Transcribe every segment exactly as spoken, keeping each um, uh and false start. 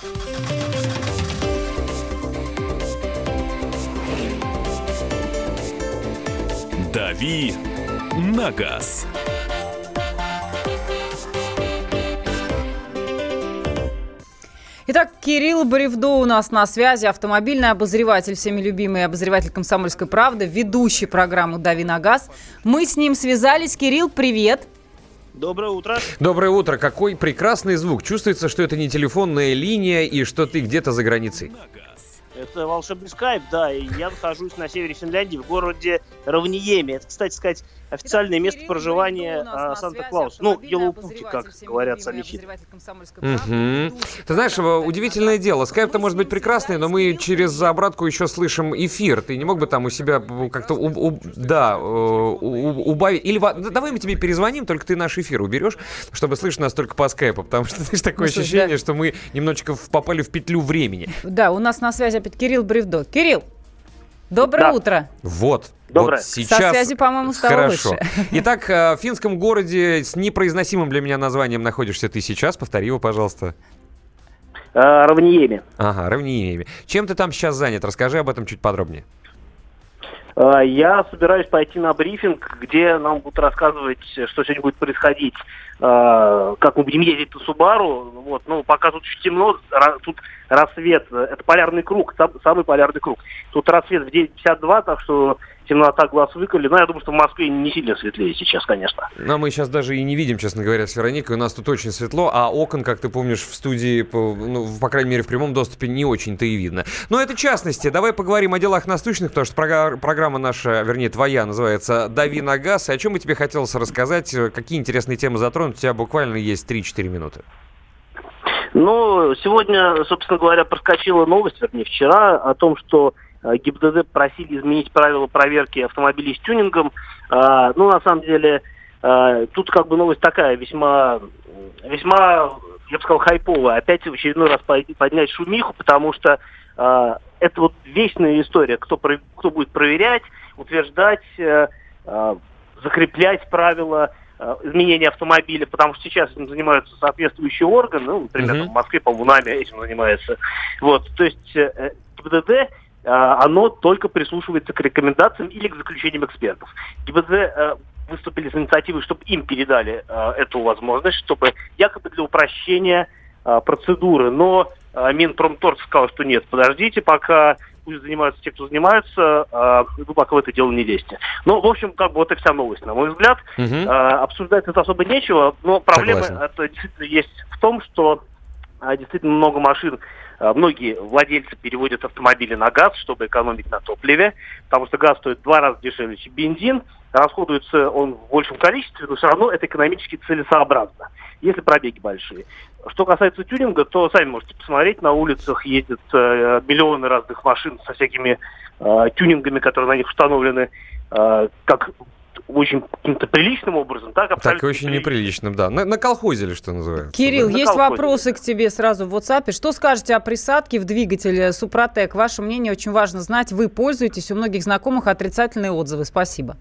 «Дави на газ». Итак, Кирилл Бревдо у нас на связи, автомобильный обозреватель, всеми любимый обозреватель «Комсомольской правды», ведущий программу «Дави на газ». Мы с ним связались. Кирилл, привет. Доброе утро. Доброе утро. Какой прекрасный звук. Чувствуется, что это не телефонная линия и что ты где-то за границей. Это волшебный скайп, да, и я нахожусь на севере Финляндии, в городе Равниеми. Это, кстати сказать, официальное место проживания а, Санта-Клауса. Ну, Елоупуки, как говорят самичи. Угу. Ты знаешь, удивительное дело. Скайп-то может быть прекрасный, но мы через обратку еще слышим эфир. Ты не мог бы там у себя как-то у, у, да, у, убавить? Или давай мы тебе перезвоним, только ты наш эфир уберешь, чтобы слышать нас только по скайпу, потому что знаешь, такое ну, ощущение, да. что мы немножечко попали в петлю времени. Да, у нас на связи опять Кирилл Бревдо. Кирилл, доброе да. утро. Вот. Доброе. Вот сейчас со связи, по-моему, стало хорошо. лучше. Итак, в финском городе с непроизносимым для меня названием находишься ты сейчас. Повтори его, пожалуйста. А, Равниеми. Ага, Равниеми. Чем ты там сейчас занят? Расскажи об этом чуть подробнее. А, я собираюсь пойти на брифинг, где нам будут рассказывать, что сегодня будет происходить, а, как мы будем ездить на Subaru. Вот, ну, пока тут еще темно, тут рассвет, это полярный круг, самый полярный круг. Тут рассвет в девять пятьдесят два, так что темнота глаз выколи. Но я думаю, что в Москве не сильно светлее сейчас, конечно. Но мы сейчас даже и не видим, честно говоря, с Вероникой. У нас тут очень светло, а окон, как ты помнишь, в студии, по, ну, по крайней мере, в прямом доступе не очень-то и видно. Но это частности. Давай поговорим о делах насущных, потому что программа, программа наша, вернее, твоя, называется «Дави на газ». И о чем бы тебе хотелось рассказать? Какие интересные темы затронуть? У тебя буквально есть три-четыре минуты. Ну, сегодня, собственно говоря, проскочила новость, вернее, вчера, о том, что э, ГИБДД просили изменить правила проверки автомобилей с тюнингом. Э, ну, на самом деле, э, тут как бы новость такая, весьма, весьма, я бы сказал, хайповая. Опять в очередной раз поднять шумиху, потому что э, это вот вечная история, кто, про, кто будет проверять, утверждать, э, э, закреплять правила изменения автомобиля, потому что сейчас этим занимаются соответствующие органы, ну, например, uh-huh. в Москве, по-моему, НАМИ этим занимается. Вот, то есть э, ГИБДД, э, оно только прислушивается к рекомендациям или к заключениям экспертов. ГИБДД э, выступили с инициативой, чтобы им передали э, эту возможность, чтобы якобы для упрощения э, процедуры, но э, Минпромторг сказал, что нет, подождите, пока пусть занимаются те, кто занимаются, а вы пока в это дело не лезьте. Ну, в общем, как бы вот и вся новость, на мой взгляд. Угу. А, обсуждать это особо нечего, но проблема это действительно есть в том, что а, действительно много машин, а, многие владельцы переводят автомобили на газ, чтобы экономить на топливе, потому что газ стоит в два раза дешевле, чем бензин, расходуется он в большем количестве, но все равно это экономически целесообразно, если пробеги большие. Что касается тюнинга, то сами можете посмотреть, на улицах ездят э, миллионы разных машин со всякими э, тюнингами, которые на них установлены, э, как очень каким-то приличным образом, так абсолютно. Так, очень неприличным, да. На, на колхозе, что называется. Кирилл, на есть колхозе, вопросы да. к тебе сразу в WhatsApp. Что скажете о присадке в двигателе Супротек? Ваше мнение очень важно знать. Вы пользуетесь, у многих знакомых отрицательные отзывы. Спасибо.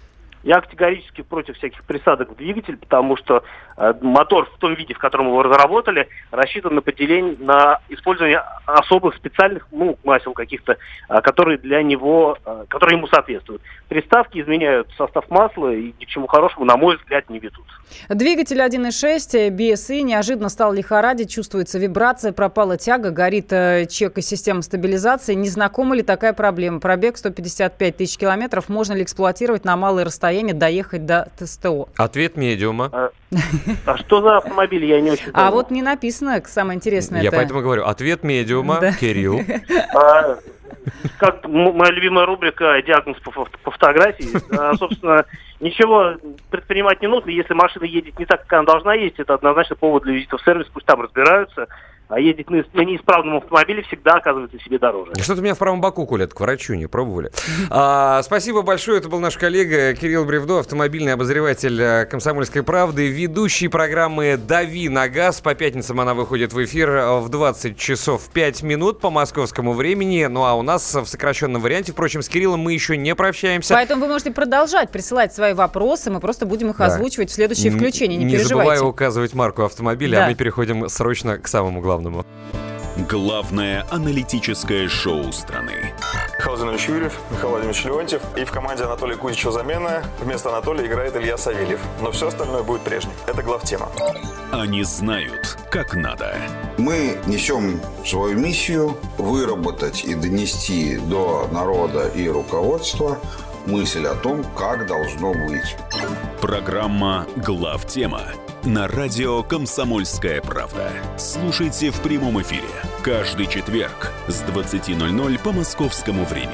Я категорически против всяких присадок в двигатель, потому что э, мотор в том виде, в котором его разработали, рассчитан на поделение, на использование особых специальных ну, масел каких-то, э, которые для него, э, которые ему соответствуют. Приставки изменяют состав масла и ни к чему хорошему, на мой взгляд, не ведут. Двигатель один и шесть би эс и неожиданно стал лихорадить, чувствуется вибрация, пропала тяга, горит э, чек и система стабилизации. Не знакома ли такая проблема? Пробег сто пятьдесят пять тысяч километров. Можно ли эксплуатировать на малые расстояния, доехать до ТСТО? Ответ медиума. А, а что за автомобиль, я не очень А понял. вот не написано, самое интересное. Я это... поэтому говорю, ответ медиума, да. Кирилл. А, как моя любимая рубрика «Диагноз по, по фотографии». А, собственно, ничего предпринимать не нужно. Если машина едет не так, как она должна ездить, это однозначно повод для визита в сервис, пусть там разбираются. А ездить на, на неисправном автомобиле всегда оказывается себе дороже. Что-то меня в правом боку колят, к врачу не пробовали. А, спасибо большое, это был наш коллега Кирилл Бревдо, автомобильный обозреватель «Комсомольской правды», ведущий программы «Дави на газ». По пятницам она выходит в эфир в двадцать часов пять минут по московскому времени. Ну а у нас в сокращенном варианте, впрочем, с Кириллом мы еще не прощаемся. Поэтому вы можете продолжать присылать свои вопросы, мы просто будем их да. озвучивать в следующие включения, не, не переживайте. Не забывай указывать марку автомобиля, да. а мы переходим срочно к самому главному. Главное аналитическое шоу страны. Михаил Владимирович Юрьев, Михаил Владимирович Леонтьев. И в команде Анатолия Кузичева замена. Вместо Анатолия играет Илья Савельев. Но все остальное будет прежним. Это главтема. Они знают, как надо. Мы несем свою миссию выработать и донести до народа и руководства мысль о том, как должно быть. Программа «Главтема» на радио «Комсомольская правда». Слушайте в прямом эфире каждый четверг с двадцати ноль-ноль по московскому времени.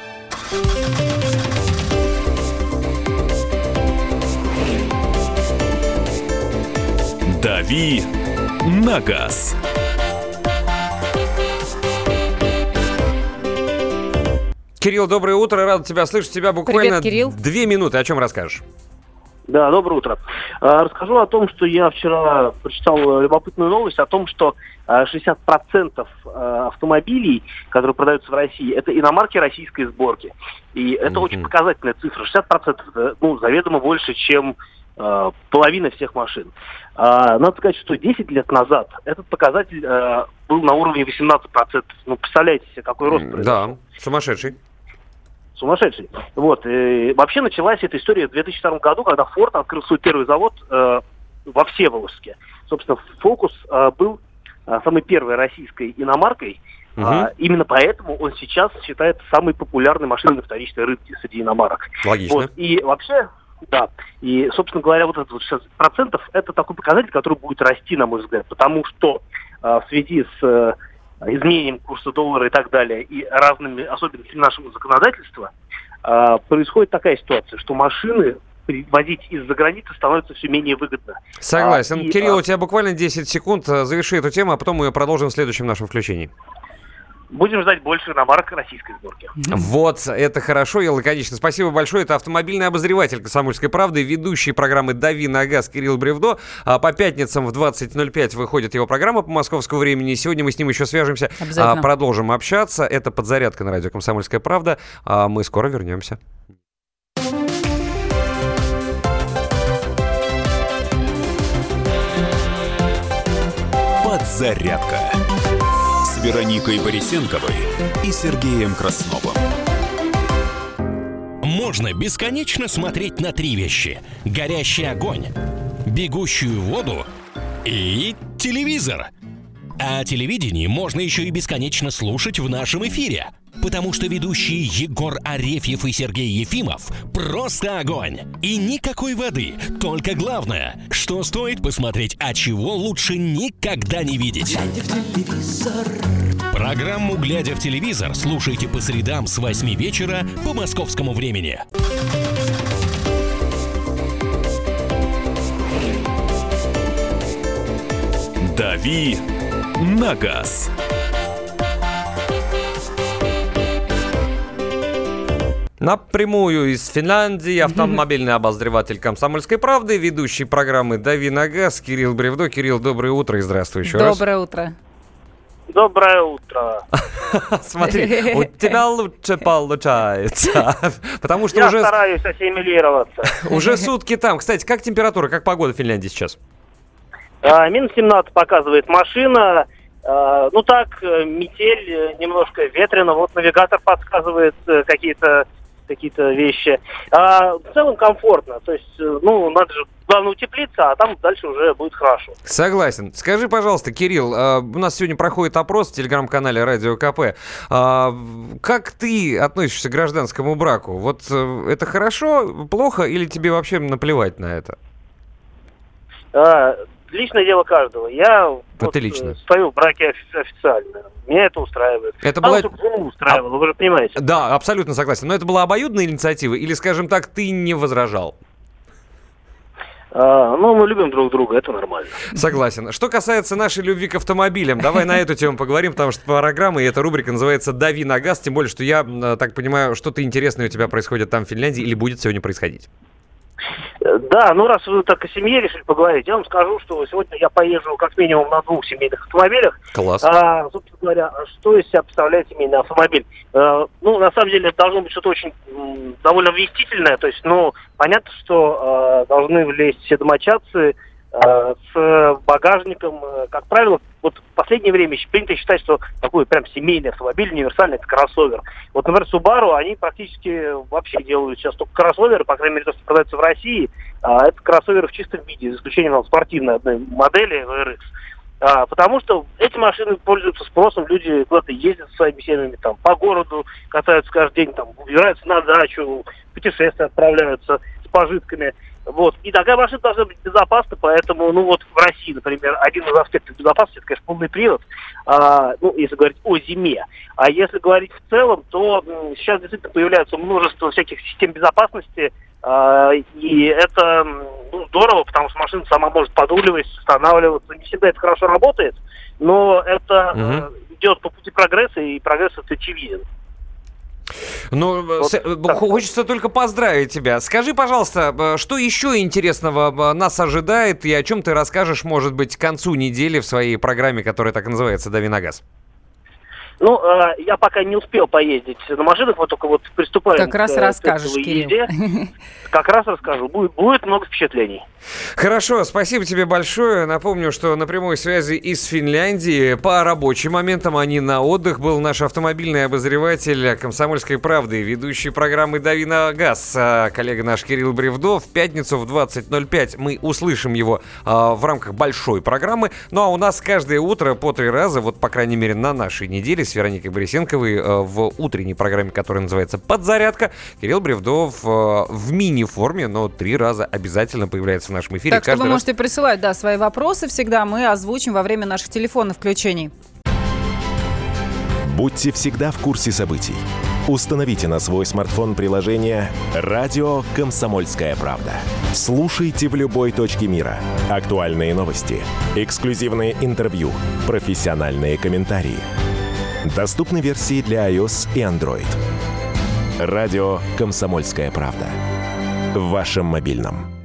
«Дави на газ». Кирилл, доброе утро, рад тебя слышать. Тебя буквально Привет, Кирилл. две минуты. О чем расскажешь? Да, доброе утро. А, Расскажу о том, что я вчера прочитал любопытную новость о том, что а, шестьдесят процентов а, автомобилей, которые продаются в России, это иномарки российской сборки. И это Мгм. очень показательная цифра. шестьдесят процентов это, ну, заведомо больше, чем а, половина всех машин. А, Надо сказать, что десять лет назад этот показатель а, был на уровне восемнадцать процентов. Ну, представляете себе, какой рост произошел. Да, сумасшедший. Сумасшедший. Вот. И вообще началась эта история в две тысячи втором году, когда Ford открыл свой первый завод э, во Всеволожске. Собственно, Focus э, был э, самой первой российской иномаркой. Мгм. А, именно поэтому он сейчас считается самой популярной машиной на вторичной рынке среди иномарок. Логично. Вот. И вообще, да. И, собственно говоря, вот этот вот шестьдесят процентов это такой показатель, который будет расти, на мой взгляд, потому что э, в связи с э, изменением курса доллара и так далее, и разными особенностями нашего законодательства, э, происходит такая ситуация, что машины привозить из-за границы становится все менее выгодно. Согласен. А, и, Кирилл, а, у тебя буквально десять секунд. Заверши эту тему, а потом мы ее продолжим в следующем нашем включении. Будем ждать больше иномарок российской сборки. Вот, это хорошо и лаконично. Спасибо большое. Это автомобильный обозреватель «Комсомольской правды», ведущий программы «Дави на газ» Кирилл Бревдо. А по пятницам в двадцать ноль пять выходит его программа по московскому времени. Сегодня мы с ним еще свяжемся. Обязательно. А, продолжим общаться. Это «Подзарядка» на радио «Комсомольская правда». А мы скоро вернемся. «Подзарядка» с Вероникой Борисенковой и Сергеем Красновым. Можно бесконечно смотреть на три вещи: горящий огонь, бегущую воду и телевизор. А телевидение можно еще и бесконечно слушать в нашем эфире, потому что ведущие Егор Арефьев и Сергей Ефимов просто огонь. И никакой воды, только главное, что стоит посмотреть, а чего лучше никогда не видеть. Программу «Глядя в телевизор» слушайте по средам с восьми вечера по московскому времени. «Дави на газ». Напрямую из Финляндии автомобильный обозреватель «Комсомольской правды», ведущий программы «Дави на газ» Кирилл Бревдо. Кирилл, доброе утро и здравствуй еще раз. Доброе утро. Доброе утро. Смотри, у тебя лучше получается. Потому что Я уже, стараюсь ассимилироваться. уже сутки там. Кстати, как температура, как погода в Финляндии сейчас? А, минус семнадцать показывает машина. А, ну так, э, метель, э, немножко ветрено. Вот навигатор подсказывает э, какие-то какие-то вещи. А, в целом комфортно. То есть, э, ну, надо же, главное утеплиться, а там дальше уже будет хорошо. Согласен. Скажи, пожалуйста, Кирилл, э, у нас сегодня проходит опрос в телеграм-канале Радио КП. Э, как ты относишься к гражданскому браку? Вот э, это хорошо, плохо или тебе вообще наплевать на это? А, личное дело каждого. Я вот, лично. э, стою в браке офи- официально. Меня это устраивает. Это Надо, была- чтобы жену устраивало, вы же понимаете. Да, абсолютно согласен. Но это была обоюдная инициатива или, скажем так, ты не возражал? А, ну, мы любим друг друга, это нормально. Согласен. Что касается нашей любви к автомобилям, давай на эту тему поговорим, потому что программа и эта рубрика называется «Дави на газ», тем более, что я э, так понимаю, что-то интересное у тебя происходит там в Финляндии или будет сегодня происходить. Да, ну раз вы так о семье решили поговорить, я вам скажу, что сегодня я поезжу как минимум на двух семейных автомобилях. Класс. А, собственно говоря, что из себя представляет семейный автомобиль? А, ну, на самом деле, это должно быть что-то очень м, довольно вместительное. То есть, ну, понятно, что а, должны влезть все домочадцы, э, с багажником. Как правило, вот в последнее время принято считать, что такой прям семейный автомобиль, универсальный, это кроссовер. Вот, например, Subaru, они практически вообще делают сейчас только кроссоверы, по крайней мере, то, что продается в России, а это кроссоверы в чистом виде, за исключением там, спортивной одной модели эр икс. А, потому что эти машины пользуются спросом, люди куда-то ездят со своими семьями, там, по городу, катаются каждый день, там, убираются на дачу, в путешествия отправляются с пожитками. Вот. И такая машина должна быть безопасна, поэтому, ну вот в России, например, один из аспектов безопасности, это, конечно, полный привод, а, ну, если говорить о зиме. А если говорить в целом, то м, сейчас действительно появляется множество всяких систем безопасности, а, и это ну, здорово, потому что машина сама может подруливать, останавливаться. Не всегда это хорошо работает, но это угу. э, идет по пути прогресса, и прогресс это очевиден. Ну, вот, с, хочется только поздравить тебя. Скажи, пожалуйста, что еще интересного нас ожидает и о чем ты расскажешь, может быть, к концу недели в своей программе, которая так и называется «Дави на газ»? Ну, э, я пока не успел поездить на машинах, вот только вот приступаем как к раз расскажешь, езде. Как раз расскажу. Будет, будет много впечатлений. Хорошо, спасибо тебе большое. Напомню, что на прямой связи из Финляндии по рабочим моментам, а не на отдых, был наш автомобильный обозреватель «Комсомольской правды», ведущий программы «Дави на газ», коллега наш Кирилл Бревдо. В пятницу в двадцать ноль пять мы услышим его а, в рамках большой программы. Ну а у нас каждое утро по три раза, вот по крайней мере на нашей неделе, с Вероникой Борисенковой а, в утренней программе, которая называется «Подзарядка», Кирилл Бревдо в, в мини-форме, но три раза обязательно появляется в нашем эфире. Так что вы раз... можете присылать, да, свои вопросы всегда, мы озвучим во время наших телефонных включений. Будьте всегда в курсе событий. Установите на свой смартфон приложение «Радио Комсомольская правда». Слушайте в любой точке мира. Актуальные новости, эксклюзивные интервью, профессиональные комментарии. Доступны версии для iOS и Android. «Радио Комсомольская правда». В вашем мобильном.